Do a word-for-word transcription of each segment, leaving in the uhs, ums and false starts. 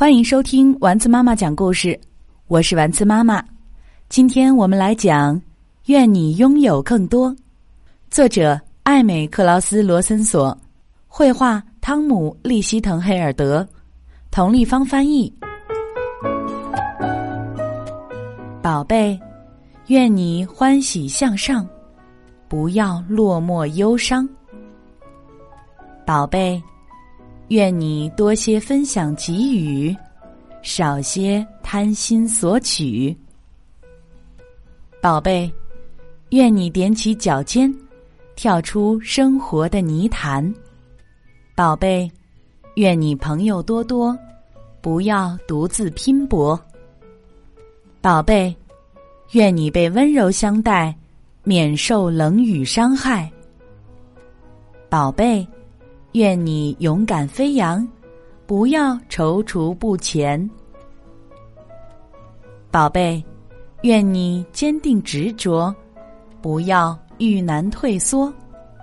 欢迎收听丸子妈妈讲故事，我是丸子妈妈。今天我们来讲《愿你拥有更多》，作者艾美·克劳斯·罗森索，绘画汤姆·利希滕黑尔德，佟丽芳翻译。宝贝，愿你欢喜向上，不要落寞忧伤。宝贝，愿你多些分享给予，少些贪心索取。宝贝，愿你踮起脚尖，跳出生活的泥潭。宝贝，愿你朋友多多，不要独自拼搏。宝贝，愿你被温柔相待，免受冷雨伤害。宝贝，愿你勇敢飞扬，不要踌躇不前。宝贝，愿你坚定执着，不要遇难退缩。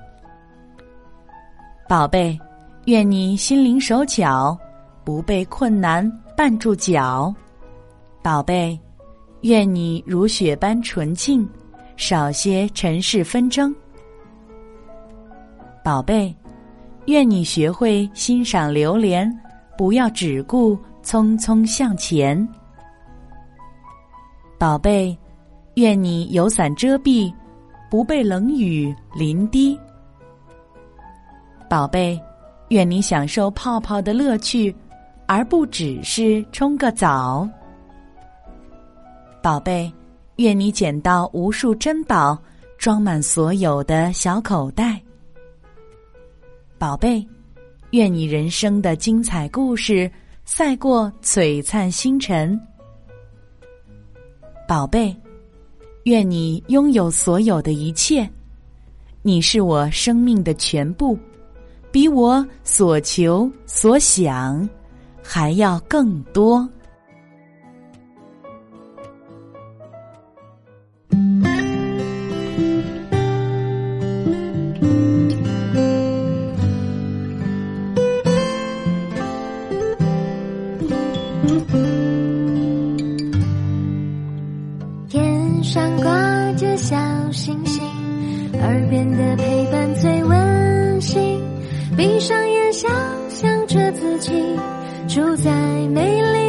宝贝，愿你心灵手巧，不被困难绊住脚。宝贝，愿你如雪般纯净，少些尘世纷争。宝贝，愿你学会欣赏流连，不要只顾匆匆向前。宝贝，愿你有伞遮蔽，不被冷雨淋滴。宝贝，愿你享受泡泡的乐趣，而不只是冲个澡。宝贝，愿你捡到无数珍宝，装满所有的小口袋。宝贝，愿你人生的精彩故事赛过璀璨星辰。宝贝，愿你拥有所有的一切，你是我生命的全部，比我所求所想还要更多。 天上挂着小星星，耳边的陪伴最温馨，闭上眼想象着自己住在美丽